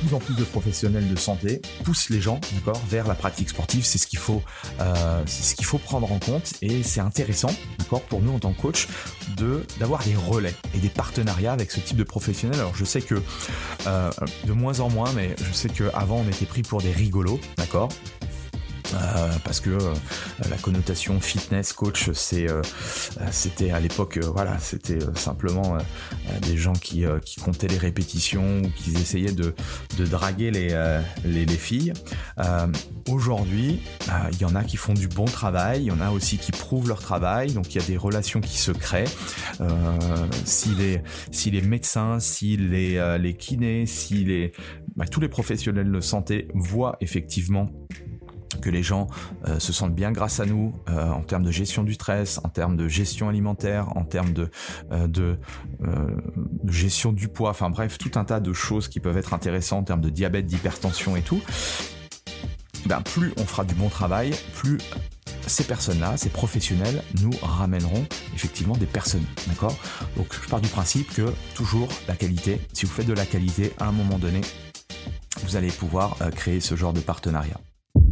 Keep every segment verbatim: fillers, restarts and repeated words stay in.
plus en plus de professionnels de santé poussent les gens, d'accord, vers la pratique sportive. C'est ce qu'il faut, euh, c'est ce qu'il faut prendre en compte, et c'est intéressant, d'accord, pour nous en tant que coach, de d'avoir des relais et des partenariats avec ce type de professionnels. Alors je sais que euh, de moins en moins, mais je sais que avant on était pris pour des rigolos, d'accord. Euh, parce que euh, la connotation fitness coach, c'est euh, c'était à l'époque euh, voilà c'était euh, simplement euh, des gens qui euh, qui comptaient les répétitions ou qui essayaient de de draguer les euh, les, les filles. Euh, aujourd'hui il euh, y en a qui font du bon travail, il y en a aussi qui prouvent leur travail, donc il y a des relations qui se créent. Euh, si les si les médecins, si les euh, les kinés, si les bah, tous les professionnels de santé voient effectivement que les gens euh, se sentent bien grâce à nous euh, en termes de gestion du stress, en termes de gestion alimentaire, en termes de, euh, de, euh, de gestion du poids, enfin bref, tout un tas de choses qui peuvent être intéressantes en termes de diabète, d'hypertension et tout. Ben, plus on fera du bon travail, plus ces personnes-là, ces professionnels, nous ramèneront effectivement des personnes, d'accord ? Donc je pars du principe que toujours la qualité, si vous faites de la qualité, à un moment donné, vous allez pouvoir euh, créer ce genre de partenariat.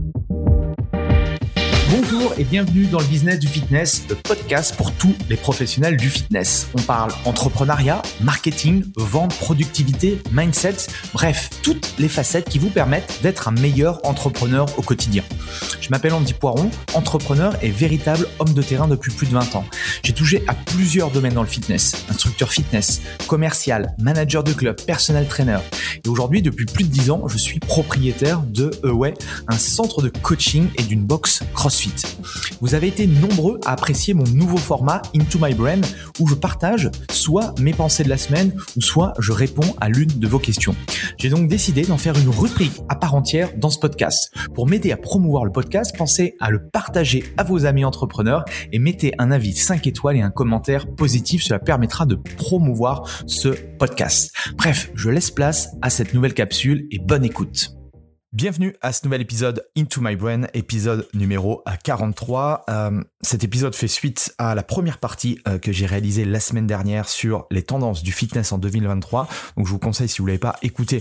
Bonjour et bienvenue dans le Business du Fitness, le podcast pour tous les professionnels du fitness. On parle entrepreneuriat, marketing, vente, productivité, mindset, bref, toutes les facettes qui vous permettent d'être un meilleur entrepreneur au quotidien. Je m'appelle Andy Poiron, entrepreneur et véritable homme de terrain depuis plus de vingt ans. J'ai touché à plusieurs domaines dans le fitness, instructeur fitness, commercial, manager de club, personal trainer. Et aujourd'hui, depuis plus de dix ans, je suis propriétaire de Away, un centre de coaching et d'une box CrossFit. Vous avez été nombreux à apprécier mon nouveau format Into My Brain où je partage soit mes pensées de la semaine ou soit je réponds à l'une de vos questions. J'ai donc décidé d'en faire une rubrique à part entière dans ce podcast. Pour m'aider à promouvoir le podcast, pensez à le partager à vos amis entrepreneurs et mettez un avis cinq étoiles et un commentaire positif. Cela permettra de promouvoir ce podcast. Bref, je laisse place à cette nouvelle capsule et bonne écoute. Bienvenue à ce nouvel épisode Into My Brain, épisode numéro quarante-trois. Euh, cet épisode fait suite à la première partie euh, que j'ai réalisée la semaine dernière sur les tendances du fitness en deux mille vingt-trois. Donc je vous conseille, si vous ne l'avez pas écouté,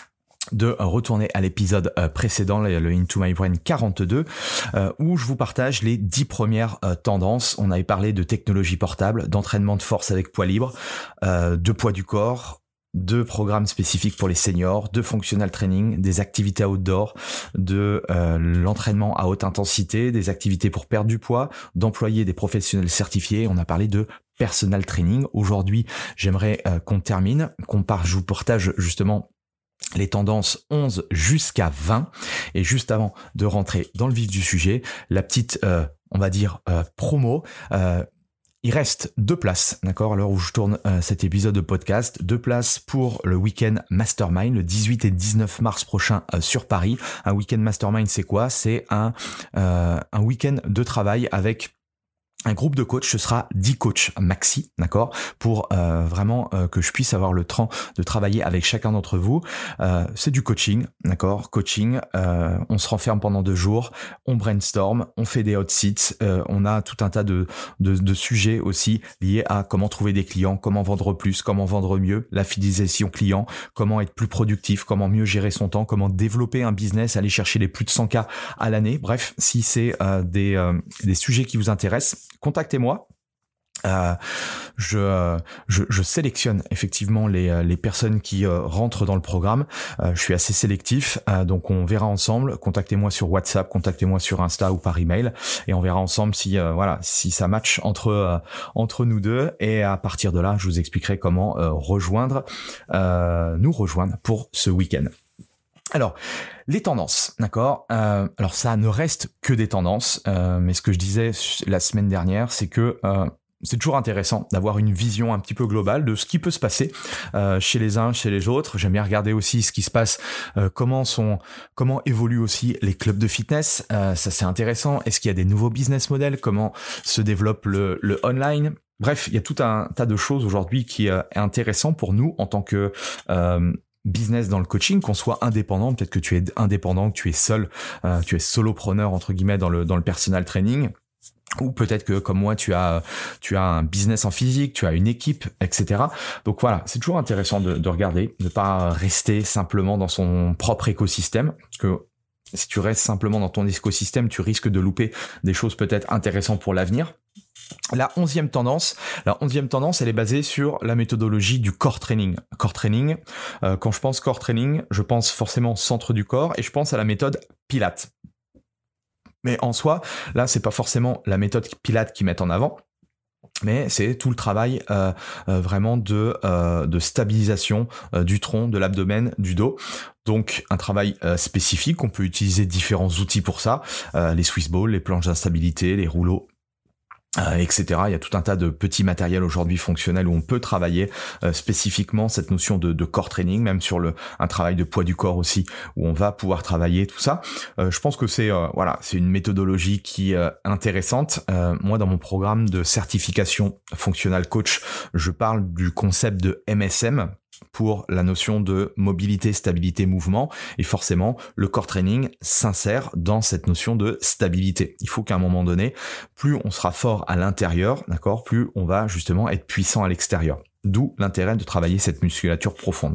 de retourner à l'épisode euh, précédent, le, le Into My Brain quarante-deux, euh, où je vous partage les dix premières euh, tendances. On avait parlé de technologie portable, d'entraînement de force avec poids libre, euh, de poids du corps, de programmes spécifiques pour les seniors, de functional training, des activités outdoor, de euh, l'entraînement à haute intensité, des activités pour perdre du poids, d'employer des professionnels certifiés. On a parlé de personal training. Aujourd'hui, j'aimerais euh, qu'on termine, qu'on part, je vous partage justement les tendances onze jusqu'à vingt. Et juste avant de rentrer dans le vif du sujet, la petite, euh, on va dire, euh, promo. Euh, Il reste deux places, d'accord, à l'heure où je tourne euh, cet épisode de podcast, deux places pour le week-end Mastermind, le dix-huit et dix-neuf mars prochain euh, sur Paris. Un week-end Mastermind, c'est quoi ? C'est un, euh, un week-end de travail avec un groupe de coachs. Ce sera dix coachs maxi, d'accord, pour euh, vraiment euh, que je puisse avoir le temps de travailler avec chacun d'entre vous. Euh, c'est du coaching, d'accord, coaching. Euh, on se renferme pendant deux jours, on brainstorm, on fait des hot seats, euh, on a tout un tas de, de de sujets aussi liés à comment trouver des clients, comment vendre plus, comment vendre mieux, la fidélisation client, comment être plus productif, comment mieux gérer son temps, comment développer un business, aller chercher les plus de cent K à l'année. Bref, si c'est euh, des euh, des sujets qui vous intéressent, contactez-moi. Euh, je, euh, je je sélectionne effectivement les les personnes qui euh, rentrent dans le programme. Euh, je suis assez sélectif, euh, donc on verra ensemble. Contactez-moi sur WhatsApp, contactez-moi sur Insta ou par email, et on verra ensemble si euh, voilà si ça match entre euh, entre nous deux. Et à partir de là, je vous expliquerai comment euh, rejoindre euh, nous rejoindre pour ce week-end. Alors, les tendances, d'accord. Euh, alors, ça ne reste que des tendances, euh, mais ce que je disais la semaine dernière, c'est que euh, c'est toujours intéressant d'avoir une vision un petit peu globale de ce qui peut se passer euh, chez les uns, chez les autres. J'aime bien regarder aussi ce qui se passe, euh, comment sont, comment évoluent aussi les clubs de fitness. Euh, ça, c'est intéressant. Est-ce qu'il y a des nouveaux business models ? Comment se développe le, le online ? Bref, il y a tout un tas de choses aujourd'hui qui est intéressant pour nous en tant que euh, business dans le coaching, qu'on soit indépendant, peut-être que tu es indépendant, que tu es seul, euh, tu es solopreneur entre guillemets dans le dans le personal training. Ou peut-être que comme moi tu as tu as un business en physique, tu as une équipe, et cetera. Donc voilà, c'est toujours intéressant de, de regarder, de pas rester simplement dans son propre écosystème, parce que si tu restes simplement dans ton écosystème, tu risques de louper des choses peut-être intéressantes pour l'avenir. La onzième tendance, la onzième tendance, elle est basée sur la méthodologie du core training. Core training, euh, quand je pense core training, je pense forcément centre du corps et je pense à la méthode Pilates. Mais en soi, là, c'est pas forcément la méthode Pilates qu'ils mettent en avant, mais c'est tout le travail euh, euh, vraiment de, euh, de stabilisation euh, du tronc, de l'abdomen, du dos. Donc un travail euh, spécifique, on peut utiliser différents outils pour ça, euh, les Swiss balls, les planches d'instabilité, les rouleaux, Euh, et cetera. Il y a tout un tas de petits matériels aujourd'hui fonctionnels où on peut travailler euh, spécifiquement cette notion de, de core training, même sur le un travail de poids du corps aussi, où on va pouvoir travailler tout ça. Euh, je pense que c'est euh, voilà, c'est une méthodologie qui est euh, intéressante. Euh, moi, dans mon programme de certification functional coach, je parle du concept de M S M pour la notion de mobilité, stabilité, mouvement, et forcément le core training s'insère dans cette notion de stabilité. Il faut qu'à un moment donné, plus on sera fort à l'intérieur, d'accord, plus on va justement être puissant à l'extérieur. D'où l'intérêt de travailler cette musculature profonde.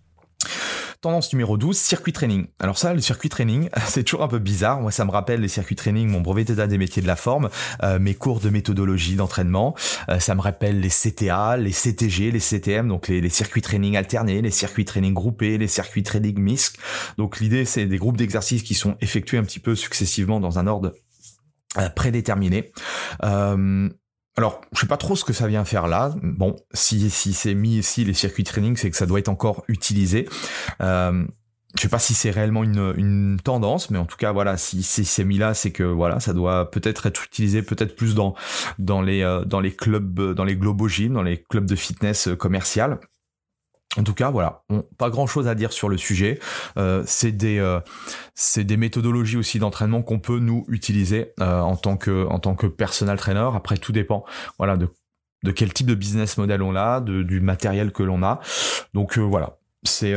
Tendance numéro douze, circuit training. Alors ça, le circuit training, c'est toujours un peu bizarre. Moi, ça me rappelle les circuits training, mon brevet d'état des métiers de la forme, euh, mes cours de méthodologie d'entraînement. Euh, ça me rappelle les C T A, les C T G, les C T M, donc les, les circuits training alternés, les circuits training groupés, les circuits training mixtes. Donc l'idée, c'est des groupes d'exercices qui sont effectués un petit peu successivement dans un ordre euh, prédéterminé. Euh, Alors, je sais pas trop ce que ça vient faire là. Bon, si si c'est mis ici les circuits training, c'est que ça doit être encore utilisé. Euh, je sais pas si c'est réellement une une tendance, mais en tout cas voilà, si, si c'est mis là, c'est que voilà, ça doit peut-être être utilisé peut-être plus dans dans les euh, dans les clubs, dans les global gym, dans les clubs de fitness commercial. En tout cas, voilà, bon, pas grand-chose à dire sur le sujet. Euh, c'est des, euh, c'est des méthodologies aussi d'entraînement qu'on peut nous utiliser euh, en tant que, en tant que personal trainer. Après, tout dépend, voilà, de, de quel type de business model on a, de, du matériel que l'on a. Donc euh, voilà, c'est,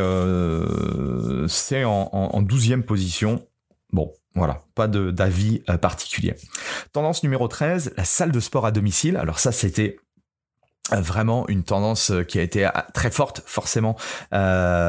euh, c'est en, en, en douzième position. Bon, voilà, pas de, d'avis euh, particulier. Tendance numéro treize, la salle de sport à domicile. Alors ça, c'était vraiment une tendance qui a été très forte forcément euh,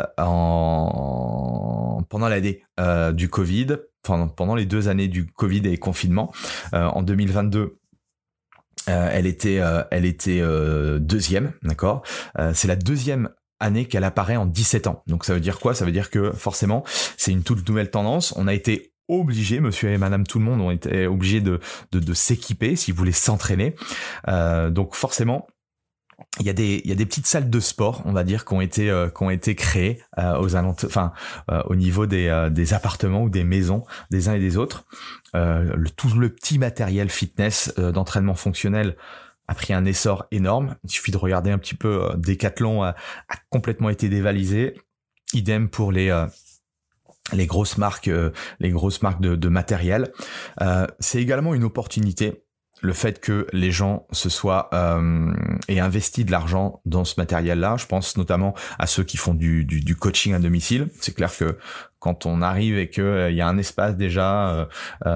en pendant l'année euh, du Covid, pendant, pendant les deux années du Covid et confinement. Euh, en deux mille vingt-deux, euh, elle était euh, elle était euh, deuxième, d'accord. Euh, c'est la deuxième année qu'elle apparaît en dix-sept ans. Donc ça veut dire quoi? Ça veut dire que forcément c'est une toute nouvelle tendance. On a été obligés, monsieur et madame tout le monde ont été obligés de de, de s'équiper s'ils voulaient s'entraîner. Euh, donc forcément il y a des il y a des petites salles de sport, on va dire, qui ont été euh, qui ont été créées euh, aux alentours, enfin euh, au niveau des euh, des appartements ou des maisons des uns et des autres. Euh, le, tout le petit matériel fitness euh, d'entraînement fonctionnel a pris un essor énorme. Il suffit de regarder un petit peu. Euh, Decathlon a, a complètement été dévalisé. Idem pour les euh, les grosses marques euh, les grosses marques de, de matériel. Euh, c'est également une opportunité. Le fait que les gens se soient euh, aient investi de l'argent dans ce matériel-là, je pense notamment à ceux qui font du, du, du coaching à domicile. C'est clair que quand on arrive et que euh, il y a un espace déjà, euh,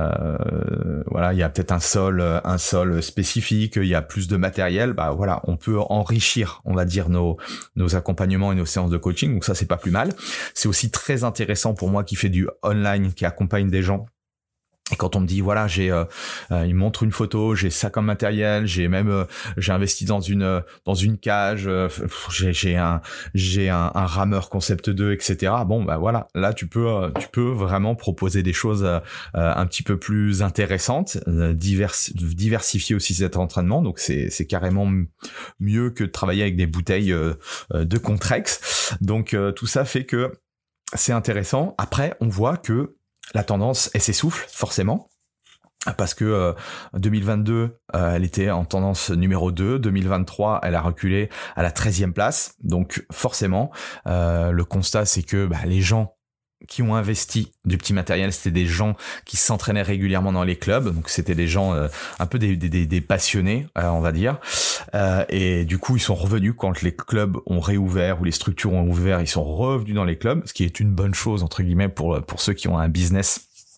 euh, voilà, il y a peut-être un sol, un sol spécifique, il y a plus de matériel, bah voilà, on peut enrichir, on va dire nos nos accompagnements et nos séances de coaching. Donc ça, c'est pas plus mal. C'est aussi très intéressant pour moi qui fait du online, qui accompagne des gens. Et quand on me dit voilà, j'ai euh, euh, il me montre une photo, j'ai ça comme matériel, j'ai même euh, j'ai investi dans une euh, dans une cage, euh, j'ai j'ai un j'ai un, un rameur concept deux, et cetera. Bon bah voilà, là tu peux euh, tu peux vraiment proposer des choses euh, un petit peu plus intéressantes, euh, divers, diversifier aussi cet entraînement. Donc c'est c'est carrément mieux que de travailler avec des bouteilles euh, de Contrex. Donc euh, tout ça fait que c'est intéressant. Après on voit que la tendance, elle s'essouffle forcément parce que euh, deux mille vingt-deux, euh, elle était en tendance numéro deux, deux mille vingt-trois, elle a reculé à la treizième place. Donc forcément, euh, le constat, c'est que bah, les gens qui ont investi du petit matériel, c'était des gens qui s'entraînaient régulièrement dans les clubs, donc c'était des gens euh, un peu des, des, des passionnés, euh, on va dire, euh, et du coup ils sont revenus quand les clubs ont réouvert ou les structures ont ouvert, ils sont revenus dans les clubs, ce qui est une bonne chose entre guillemets pour pour ceux qui ont un business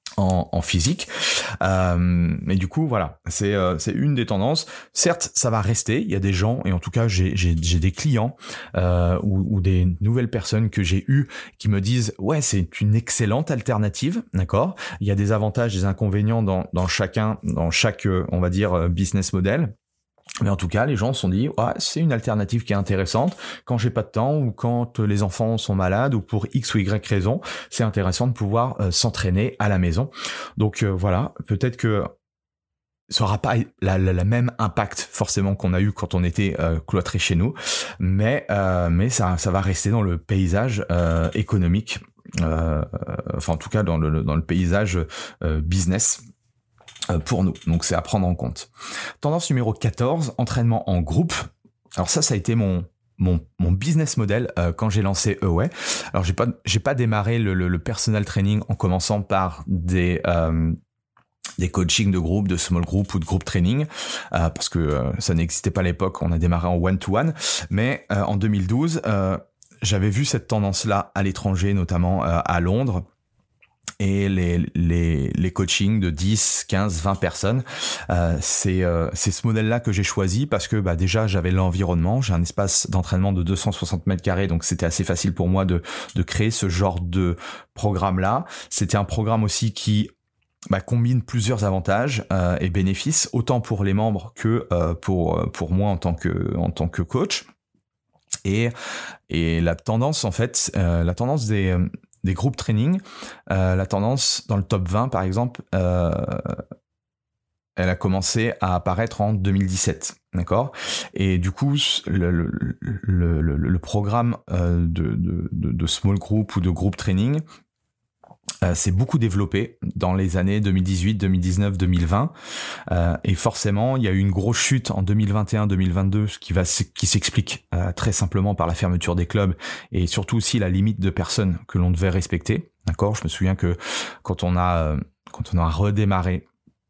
En, en physique, euh, mais du coup voilà, c'est euh, c'est une des tendances. Certes, ça va rester. Il y a des gens, et en tout cas j'ai j'ai j'ai des clients euh, ou, ou des nouvelles personnes que j'ai eues qui me disent ouais, c'est une excellente alternative, d'accord. Il y a des avantages, des inconvénients dans dans chacun, dans chaque on va dire business model. Mais en tout cas, les gens se sont dit, ouais, c'est une alternative qui est intéressante. Quand j'ai pas de temps ou quand les enfants sont malades ou pour X ou Y raison, c'est intéressant de pouvoir euh, s'entraîner à la maison. Donc euh, voilà, peut-être que ça aura pas la, la, la même impact forcément qu'on a eu quand on était euh, cloîtré chez nous, mais euh, mais ça ça va rester dans le paysage euh, économique, euh, enfin en tout cas dans le dans le paysage euh, business pour nous. Donc c'est à prendre en compte. Tendance numéro quatorze, entraînement en groupe. Alors ça, ça a été mon mon, mon business model euh, quand j'ai lancé Away. Alors j'ai pas j'ai pas démarré le, le, le personal training en commençant par des euh, des coachings de groupe, de small group ou de group training, euh, parce que euh, ça n'existait pas à l'époque. On a démarré en one to one, mais euh, en deux mille douze, euh, j'avais vu cette tendance-là à l'étranger, notamment euh, à Londres. Et les, les, les coachings de dix, quinze, vingt personnes, euh, c'est, euh, c'est ce modèle-là que j'ai choisi parce que bah, déjà j'avais l'environnement, j'ai un espace d'entraînement de deux cent soixante mètres carrés, donc c'était assez facile pour moi de, de créer ce genre de programme-là. C'était un programme aussi qui bah, combine plusieurs avantages euh, et bénéfices, autant pour les membres que euh, pour, pour moi en tant que, en tant que coach. Et, et la tendance, en fait, euh, la tendance des... des groupes training, euh, la tendance dans le top vingt par exemple, euh, elle a commencé à apparaître en deux mille dix-sept, d'accord. Et du coup, le, le, le, le, le programme euh, de, de, de, de small group ou de groupe training euh, s'est beaucoup développé dans les années deux mille dix-huit, deux mille dix-neuf, deux mille vingt, euh, et forcément il y a eu une grosse chute en deux mille vingt et un, deux mille vingt-deux, ce qui va qui s'explique euh, très simplement par la fermeture des clubs et surtout aussi la limite de personnes que l'on devait respecter, d'accord. Je me souviens que quand on a euh, quand on a redémarré,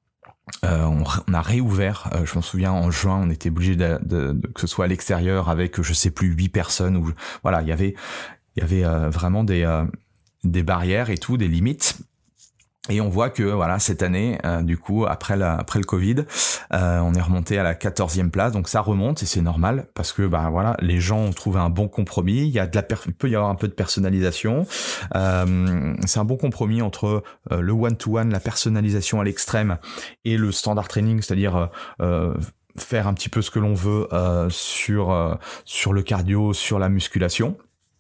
Euh, on, on a réouvert, euh, je m'en souviens en juin, on était obligé de, de, de que ce soit à l'extérieur avec je sais plus huit personnes ou voilà, il y avait il y avait euh, vraiment des euh, des barrières et tout, des limites. Et on voit que voilà, cette année, euh, du coup, après la, après le Covid, euh, on est remonté à la quatorzième place, donc ça remonte et c'est normal parce que bah voilà, les gens ont trouvé un bon compromis. Il y a de la, per- il peut y avoir un peu de personnalisation. Euh, c'est un bon compromis entre euh, le one to one, la personnalisation à l'extrême, et le standard training, c'est-à-dire euh, faire un petit peu ce que l'on veut euh, sur euh, sur le cardio, sur la musculation.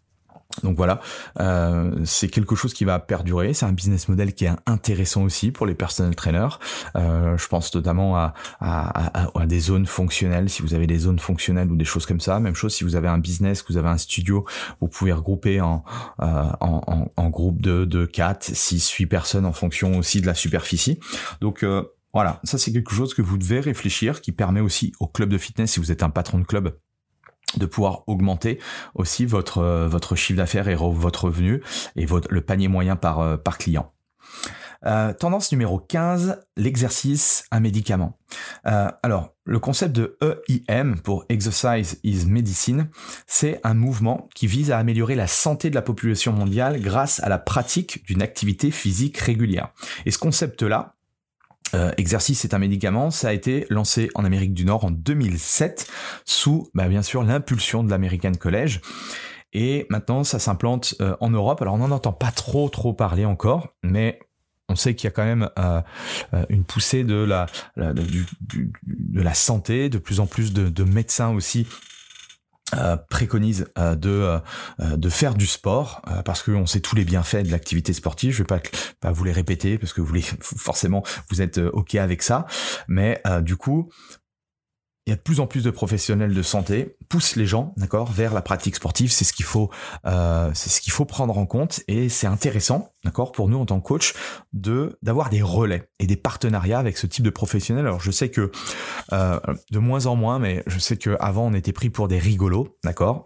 Donc voilà, euh, c'est quelque chose qui va perdurer. C'est un business model qui est intéressant aussi pour les personal trainers. Euh, je pense notamment à, à, à, à des zones fonctionnelles. Si vous avez des zones fonctionnelles ou des choses comme ça, même chose si vous avez un business, que vous avez un studio, vous pouvez regrouper en, euh, en, en, en groupe de, de quatre, six, huit personnes en fonction aussi de la superficie. Donc euh, voilà, ça c'est quelque chose que vous devez réfléchir, qui permet aussi au club de fitness, si vous êtes un patron de club, de pouvoir augmenter aussi votre euh, votre chiffre d'affaires et re- votre revenu et votre le panier moyen par euh, par client. Euh, tendance numéro quinze, l'exercice, un médicament. Euh, alors, le concept de E I M pour Exercise is Medicine, c'est un mouvement qui vise à améliorer la santé de la population mondiale grâce à la pratique d'une activité physique régulière. Et ce concept-là, Euh, exercice c'est un médicament, ça a été lancé en Amérique du Nord en deux mille sept sous bah, bien sûr l'impulsion de l'American College, et maintenant ça s'implante euh, en Europe. Alors on n'en entend pas trop trop parler encore, mais on sait qu'il y a quand même euh, une poussée de la, la de, du, du, de la santé, de plus en plus de, de médecins aussi Euh, préconise euh, de euh, de faire du sport euh, parce que on sait tous les bienfaits de l'activité sportive. Je vais pas pas vous les répéter parce que vous les forcément vous êtes euh, ok avec ça, mais euh, du coup il y a de plus en plus de professionnels de santé poussent les gens, d'accord, vers la pratique sportive. C'est ce qu'il faut, euh, c'est ce qu'il faut prendre en compte, et c'est intéressant, d'accord, pour nous en tant que coach, de d'avoir des relais et des partenariats avec ce type de professionnels. Alors je sais que euh, de moins en moins, mais je sais que avant on était pris pour des rigolos, d'accord.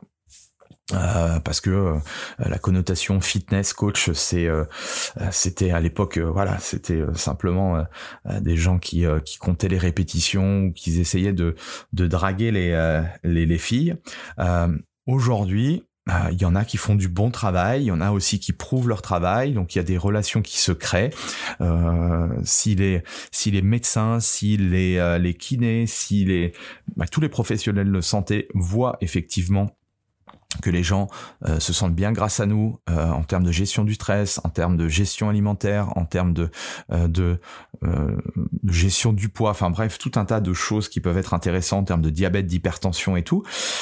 Euh, parce que euh, la connotation fitness coach, c'est euh, c'était à l'époque euh, voilà, c'était euh, simplement euh, des gens qui euh, qui comptaient les répétitions ou qui essayaient de de draguer les euh, les, les filles. Euh, aujourd'hui, euh, il y en a qui font du bon travail, il y en a aussi qui prouvent leur travail, donc il y a des relations qui se créent. Euh, si les si les médecins, si les euh, les kinés, si les bah, tous les professionnels de santé voient effectivement que les gens euh, se sentent bien grâce à nous euh, en termes de gestion du stress, en termes de gestion alimentaire, en termes de euh, de, euh, de gestion du poids, enfin bref, tout un tas de choses qui peuvent être intéressantes en termes de diabète, d'hypertension et tout.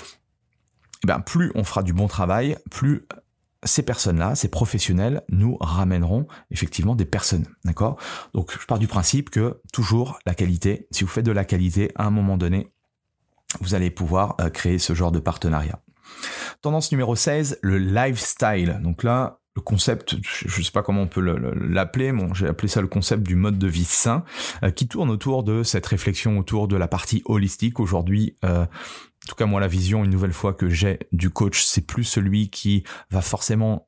Et ben plus on fera du bon travail, plus ces personnes-là, ces professionnels, nous ramèneront effectivement des personnes, d'accord ? Donc je pars du principe que toujours la qualité, si vous faites de la qualité, à un moment donné, vous allez pouvoir euh, créer ce genre de partenariat. Tendance numéro seize, le lifestyle. Donc là, le concept, je ne sais pas comment on peut le, le, l'appeler, bon, j'ai appelé ça le concept du mode de vie sain, euh, qui tourne autour de cette réflexion autour de la partie holistique. Aujourd'hui, euh, en tout cas moi, la vision, une nouvelle fois que j'ai du coach, c'est plus celui qui va forcément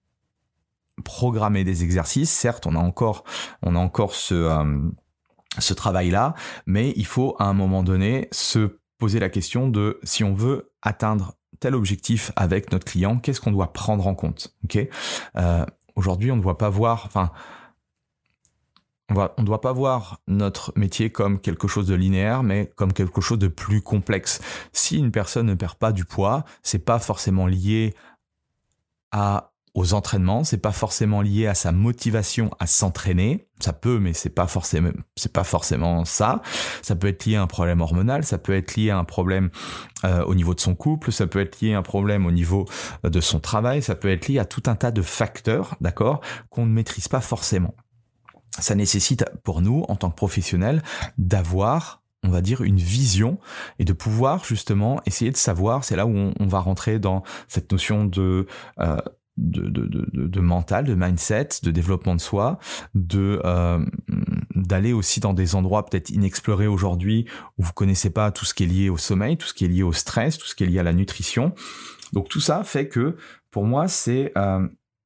programmer des exercices. Certes, on a encore, on a encore ce, euh, ce travail-là, mais il faut à un moment donné se poser la question de si on veut atteindre tel objectif avec notre client, qu'est-ce qu'on doit prendre en compte, ok ? euh, Aujourd'hui, on ne doit pas voir, enfin, on va, on doit pas voir notre métier comme quelque chose de linéaire, mais comme quelque chose de plus complexe. Si une personne ne perd pas du poids, c'est pas forcément lié à aux entraînements, c'est pas forcément lié à sa motivation à s'entraîner, ça peut, mais c'est pas forcément, c'est pas forcément ça. Ça peut être lié à un problème hormonal, ça peut être lié à un problème euh, au niveau de son couple, ça peut être lié à un problème au niveau de son travail, ça peut être lié à tout un tas de facteurs, d'accord, qu'on ne maîtrise pas forcément. Ça nécessite pour nous, en tant que professionnels, d'avoir, on va dire, une vision et de pouvoir justement essayer de savoir, c'est là où on, on va rentrer dans cette notion de euh, De, de, de, de mental, de mindset, de développement de soi, de euh, d'aller aussi dans des endroits peut-être inexplorés aujourd'hui où vous connaissez pas tout ce qui est lié au sommeil, tout ce qui est lié au stress, tout ce qui est lié à la nutrition. Donc tout ça fait que pour moi c'est euh,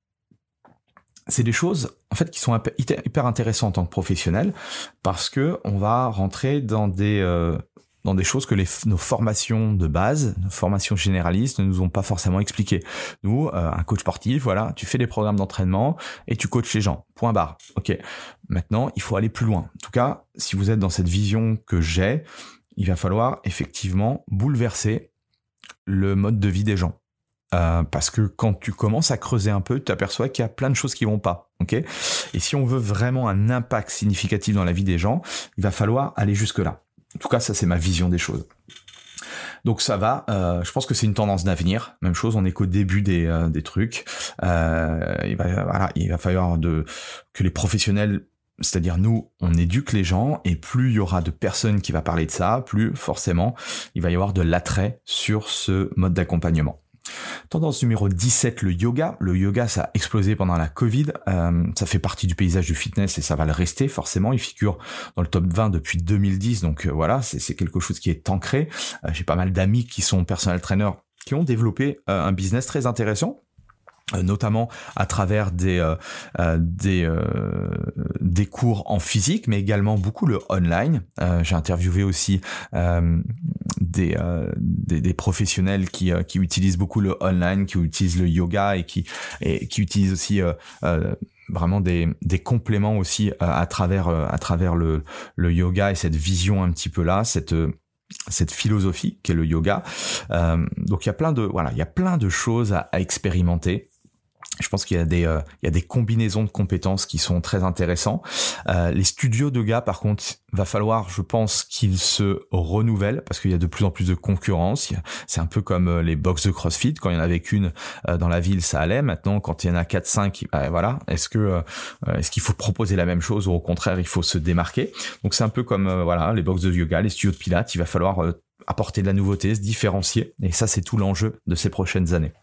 c'est des choses en fait qui sont hyper intéressantes en tant que professionnel parce que on va rentrer dans des euh, dans des choses que les, nos formations de base, nos formations généralistes ne nous ont pas forcément expliqué. Nous, euh, un coach sportif, voilà, tu fais des programmes d'entraînement et tu coaches les gens. Point barre. Ok. Maintenant, il faut aller plus loin. En tout cas, si vous êtes dans cette vision que j'ai, il va falloir effectivement bouleverser le mode de vie des gens. Euh, parce que quand tu commences à creuser un peu, tu t'aperçois qu'il y a plein de choses qui vont pas. Ok. Et si on veut vraiment un impact significatif dans la vie des gens, il va falloir aller jusque-là. En tout cas, ça, c'est ma vision des choses. Donc ça va, euh, je pense que c'est une tendance d'avenir. Même chose, on n'est qu'au début des, euh, des trucs. Euh, il, va, voilà, il va falloir de, que les professionnels, c'est-à-dire nous, on éduque les gens, et plus il y aura de personnes qui vont parler de ça, plus forcément, il va y avoir de l'attrait sur ce mode d'accompagnement. Tendance numéro dix-sept, le yoga. Le yoga, ça a explosé pendant la Covid. Euh, ça fait partie du paysage du fitness et ça va le rester forcément. Il figure dans le top vingt depuis deux mille dix. Donc euh, voilà, c'est, c'est quelque chose qui est ancré. Euh, j'ai pas mal d'amis qui sont personal trainers qui ont développé euh, un business très intéressant. Euh, notamment à travers des euh, euh, des euh, des cours en physique, mais également beaucoup le online. Euh, j'ai interviewé aussi euh, des, euh, des des professionnels qui euh, qui utilisent beaucoup le online, qui utilisent le yoga et qui et qui utilisent aussi euh, euh, vraiment des des compléments aussi euh, à travers euh, à travers le le yoga et cette vision un petit peu là, cette cette philosophie qu'est le yoga. Euh, donc il y a plein de voilà, il y a plein de choses à, à expérimenter. Je pense qu'il y a des euh, il y a des combinaisons de compétences qui sont très intéressants. Euh, les studios de yoga, par contre, va falloir, je pense, qu'ils se renouvellent parce qu'il y a de plus en plus de concurrence. Il y a, c'est un peu comme euh, les box de CrossFit. Quand il y en avait qu'une euh, dans la ville, ça allait. Maintenant, quand il y en a quatre, cinq, euh, voilà. Est-ce que euh, est-ce qu'il faut proposer la même chose ou au contraire, il faut se démarquer? Donc c'est un peu comme euh, voilà les box de yoga, les studios de pilates. Il va falloir euh, apporter de la nouveauté, se différencier. Et ça, c'est tout l'enjeu de ces prochaines années.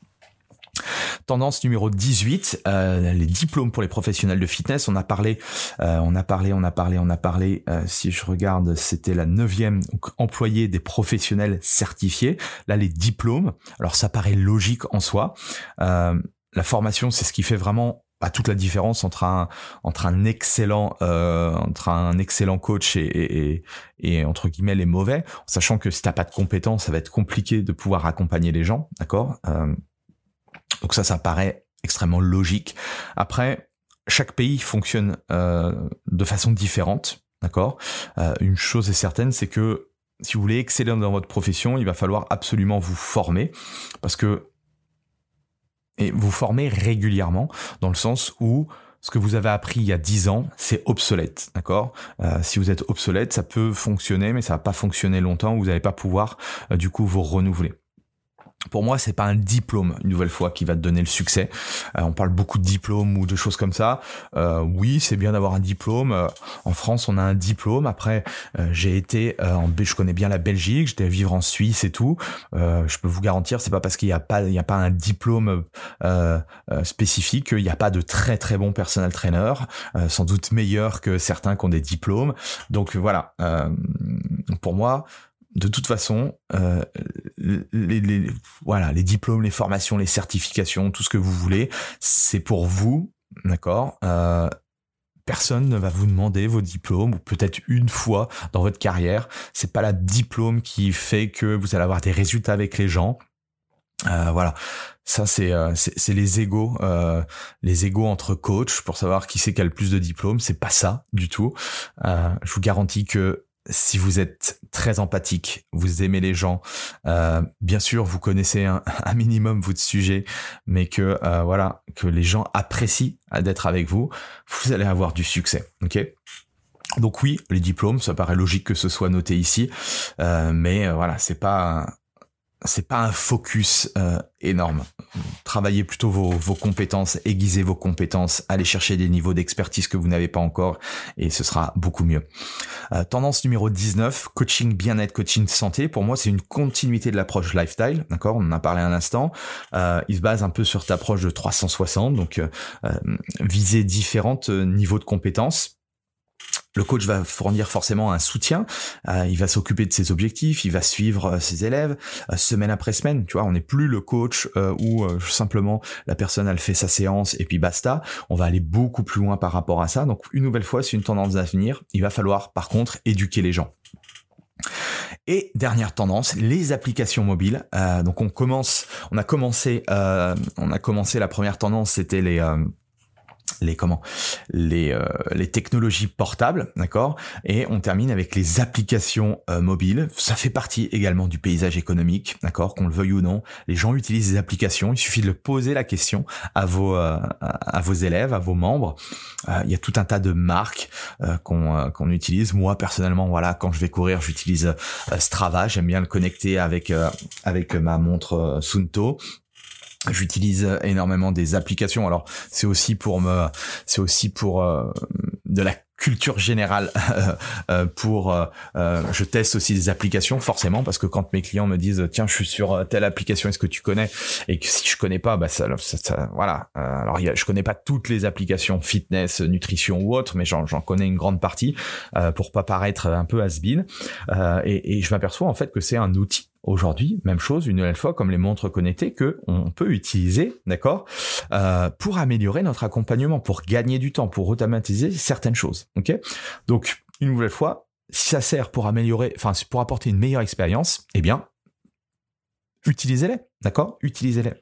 Tendance numéro dix-huit, euh, les diplômes pour les professionnels de fitness. On a parlé, euh, on a parlé, on a parlé, on a parlé. Euh, si je regarde, c'était la neuvième, donc employé des professionnels certifiés. Là, les diplômes. Alors, ça paraît logique en soi. Euh, la formation, c'est ce qui fait vraiment bah, toute la différence entre un entre un excellent euh, entre un excellent coach et, et, et, et entre guillemets les mauvais. Sachant que si t'as pas de compétences, ça va être compliqué de pouvoir accompagner les gens, d'accord. Euh, Donc ça, ça paraît extrêmement logique. Après, chaque pays fonctionne euh, de façon différente, d'accord ? euh, Une chose est certaine, c'est que si vous voulez exceller dans votre profession, il va falloir absolument vous former, parce que et vous former régulièrement, dans le sens où ce que vous avez appris il y a dix ans, c'est obsolète, d'accord ? euh, Si vous êtes obsolète, ça peut fonctionner, mais ça va pas fonctionner longtemps, vous n'allez pas pouvoir euh, du coup vous renouveler. Pour moi, c'est pas un diplôme, une nouvelle fois, qui va te donner le succès. Euh, on parle beaucoup de diplômes ou de choses comme ça. Euh, oui, c'est bien d'avoir un diplôme. Euh, en France, on a un diplôme. Après, euh, j'ai été, euh, en, je connais bien la Belgique. J'étais à vivre en Suisse et tout. Euh, je peux vous garantir, c'est pas parce qu'il y a pas, il y a pas un diplôme euh, euh, spécifique qu'il n'y a pas de très très bons personal trainers, euh, sans doute meilleurs que certains qui ont des diplômes. Donc voilà. Euh, pour moi. De toute façon, euh, les, les, voilà, les diplômes, les formations, les certifications, tout ce que vous voulez, c'est pour vous, d'accord ? euh, Personne ne va vous demander vos diplômes, ou peut-être une fois dans votre carrière. C'est pas la diplôme qui fait que vous allez avoir des résultats avec les gens. Euh, voilà, ça c'est, euh, c'est c'est les égos, euh, les égos entre coachs pour savoir qui c'est qui a le plus de diplômes. C'est pas ça du tout. Euh, je vous garantis que si vous êtes très empathique, vous aimez les gens, euh, bien sûr vous connaissez un, un minimum votre sujet, mais que euh, voilà, que les gens apprécient d'être avec vous, vous allez avoir du succès. Ok ? Donc oui, les diplômes, ça paraît logique que ce soit noté ici, euh, mais euh, voilà, c'est pas c'est pas un focus euh, énorme. Travaillez plutôt vos, vos compétences, aiguisez vos compétences, allez chercher des niveaux d'expertise que vous n'avez pas encore et ce sera beaucoup mieux. Euh, tendance numéro dix-neuf, coaching bien-être, coaching santé. Pour moi, c'est une continuité de l'approche lifestyle, d'accord ? On en a parlé un instant. Euh, il se base un peu sur cette approche de trois cent soixante, donc euh, viser différents niveaux de compétences. Le coach va fournir forcément un soutien, euh, il va s'occuper de ses objectifs, il va suivre euh, ses élèves euh, semaine après semaine. Tu vois, on n'est plus le coach euh, où euh, simplement la personne elle fait sa séance et puis basta. On va aller beaucoup plus loin par rapport à ça. Donc une nouvelle fois, c'est une tendance à venir. Il va falloir par contre éduquer les gens. Et dernière tendance, les applications mobiles. Euh, donc on commence, on a commencé, euh, on a commencé la première tendance, c'était les euh, les comment les euh, les technologies portables, d'accord, et on termine avec les applications euh, mobiles. Ça fait partie également du paysage économique, d'accord, qu'on le veuille ou non. Les gens utilisent des applications, il suffit de le poser la question à vos euh, à vos élèves, à vos membres. Euh, il y a tout un tas de marques euh, qu'on euh, qu'on utilise. Moi personnellement, voilà, quand je vais courir, j'utilise euh, Strava, j'aime bien le connecter avec euh, avec ma montre euh, Suunto. J'utilise énormément des applications. Alors c'est aussi pour me, c'est aussi pour euh, de la culture générale. euh, pour, euh, euh, je teste aussi des applications forcément parce que quand mes clients me disent tiens je suis sur telle application, est-ce que tu connais? Et que si je connais pas, bah ça, ça, ça voilà. Euh, alors il y a, je connais pas toutes les applications fitness, nutrition ou autres, mais j'en, j'en connais une grande partie euh, pour pas paraître un peu has-been. Euh, et, et je m'aperçois en fait que c'est un outil. Aujourd'hui, même chose, une nouvelle fois, comme les montres connectées, que on peut utiliser, d'accord, euh, pour améliorer notre accompagnement, pour gagner du temps, pour automatiser certaines choses, ok. Donc, une nouvelle fois, si ça sert pour améliorer, enfin, pour apporter une meilleure expérience, eh bien, utilisez-les, d'accord, utilisez-les.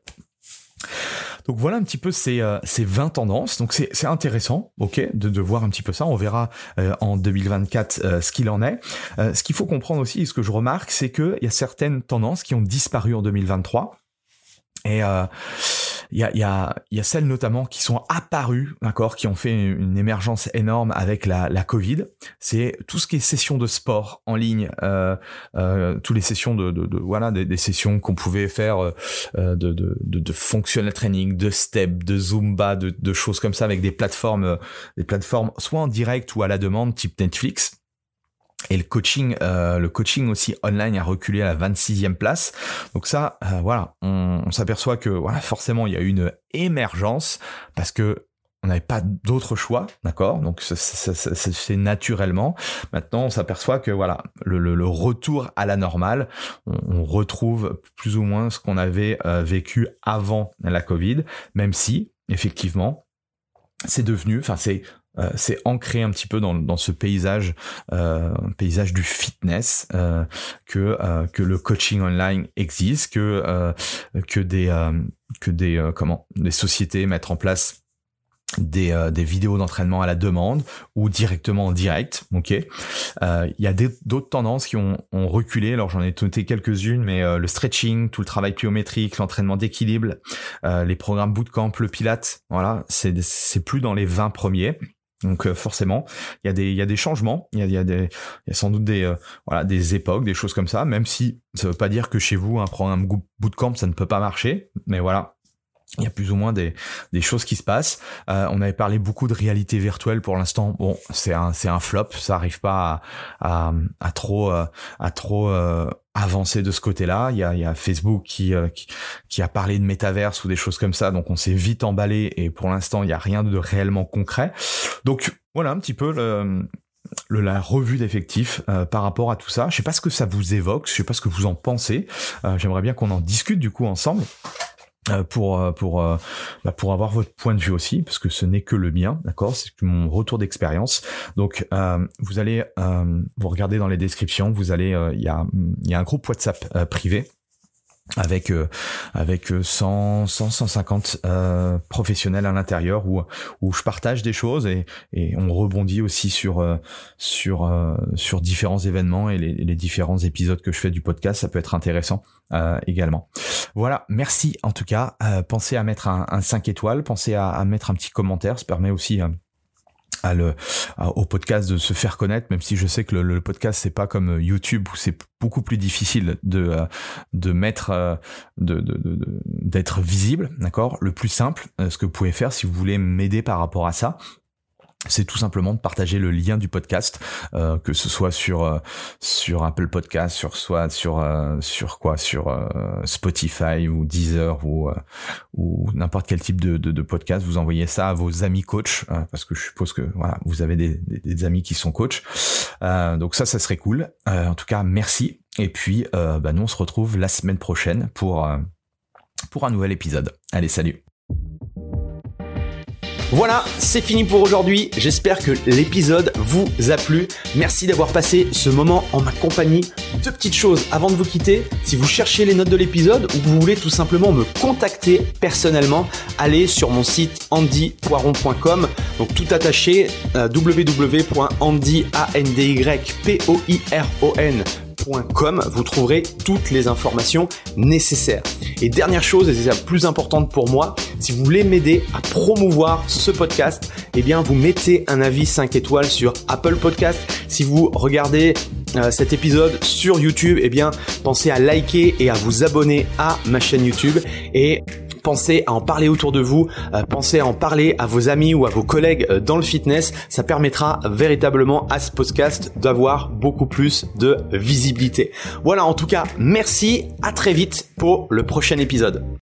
Donc voilà un petit peu ces, euh, ces vingt tendances. Donc c'est, c'est intéressant, ok, de, de voir un petit peu ça. On verra euh, en deux mille vingt-quatre euh, ce qu'il en est. Euh, ce qu'il faut comprendre aussi, ce que je remarque, c'est qu'il y a certaines tendances qui ont disparu en deux mille vingt-trois. Et euh, il y a, il y a, il y a celles notamment qui sont apparues, d'accord, qui ont fait une émergence énorme avec la, la Covid. C'est tout ce qui est sessions de sport en ligne, euh, euh, toutes les sessions de, de, de voilà, des, des sessions qu'on pouvait faire euh, de, de, de, de functional training, de step, de zumba, de, de choses comme ça avec des plateformes, des plateformes soit en direct ou à la demande, type Netflix. Et le coaching, euh, le coaching aussi online a reculé à la vingt-sixième place. Donc ça, euh, voilà, on, on s'aperçoit que voilà, forcément il y a eu une émergence parce que on n'avait pas d'autre choix, d'accord. Donc ça, ça, ça, ça se fait naturellement. Maintenant, on s'aperçoit que voilà, le, le, le retour à la normale, on, on retrouve plus ou moins ce qu'on avait euh, vécu avant la Covid, même si effectivement c'est devenu, enfin c'est Euh, c'est ancré un petit peu dans, dans ce paysage, euh, paysage du fitness, euh, que euh, que le coaching online existe, que euh, que des euh, que des euh, comment des sociétés mettent en place des euh, des vidéos d'entraînement à la demande ou directement en direct. Ok, il euh, y a des, d'autres tendances qui ont, ont reculé. Alors j'en ai noté quelques-unes, mais euh, le stretching, tout le travail pliométrique, l'entraînement d'équilibre, euh, les programmes bootcamp, le Pilates, voilà, c'est c'est plus dans les vingt premiers. Donc euh, forcément, il y a des il y a des changements, il y a il y a des il y a sans doute des euh, voilà des époques, des choses comme ça. Même si ça veut pas dire que chez vous un programme bootcamp ça ne peut pas marcher, mais voilà. Il y a plus ou moins des des choses qui se passent. Euh, on avait parlé beaucoup de réalité virtuelle pour l'instant. Bon, c'est un c'est un flop. Ça arrive pas à à, à trop euh, à trop euh, avancer de ce côté-là. Il y a il y a Facebook qui, euh, qui qui a parlé de métaverse ou des choses comme ça. Donc on s'est vite emballé et pour l'instant il y a rien de réellement concret. Donc voilà un petit peu le Le, la revue d'effectifs euh, par rapport à tout ça. Je sais pas ce que ça vous évoque, je sais pas ce que vous en pensez. Euh, j'aimerais bien qu'on en discute du coup ensemble. Euh, pour pour euh, bah, pour avoir votre point de vue aussi, parce que ce n'est que le mien, d'accord, c'est mon retour d'expérience. Donc euh, vous allez euh, vous regardez dans les descriptions, vous allez il euh, y a il y a un groupe WhatsApp euh, privé avec euh, avec cent cent cent cinquante euh, professionnels à l'intérieur où où je partage des choses et et on rebondit aussi sur euh, sur euh, sur différents événements et les, les différents épisodes que je fais du podcast. Ça peut être intéressant euh, également. Voilà, merci en tout cas. Euh, pensez à mettre un, un cinq étoiles, pensez à, à mettre un petit commentaire. Ça permet aussi euh, à le à, au podcast de se faire connaître, même si je sais que le, le podcast c'est pas comme YouTube où c'est beaucoup plus difficile de euh, de mettre euh, de, de, de d'être visible, d'accord. Le plus simple, euh, ce que vous pouvez faire si vous voulez m'aider par rapport à ça, c'est tout simplement de partager le lien du podcast, euh, que ce soit sur euh, sur Apple Podcast, sur soit sur euh, sur quoi, sur euh, Spotify ou Deezer ou euh, ou n'importe quel type de, de de podcast. Vous envoyez ça à vos amis coachs, euh, parce que je suppose que voilà, vous avez des, des, des amis qui sont coachs. Euh, donc ça, ça serait cool. Euh, en tout cas, merci. Et puis, euh, bah nous, on se retrouve la semaine prochaine pour euh, pour un nouvel épisode. Allez, salut. Voilà, c'est fini pour aujourd'hui. J'espère que l'épisode vous a plu. Merci d'avoir passé ce moment en ma compagnie. Deux petites choses avant de vous quitter. Si vous cherchez les notes de l'épisode ou que vous voulez tout simplement me contacter personnellement, allez sur mon site andy poiron point com. Donc tout attaché, euh, w w w point andy poiron point com. Vous trouverez toutes les informations nécessaires. Et dernière chose, et c'est la plus importante pour moi, si vous voulez m'aider à promouvoir ce podcast, eh bien vous mettez un avis cinq étoiles sur Apple Podcast. Si vous regardez euh, cet épisode sur YouTube, eh bien pensez à liker et à vous abonner à ma chaîne YouTube. Et pensez à en parler autour de vous, euh, pensez à en parler à vos amis ou à vos collègues euh, dans le fitness. Ça permettra véritablement à ce podcast d'avoir beaucoup plus de visibilité. Voilà, en tout cas, merci, à très vite pour le prochain épisode.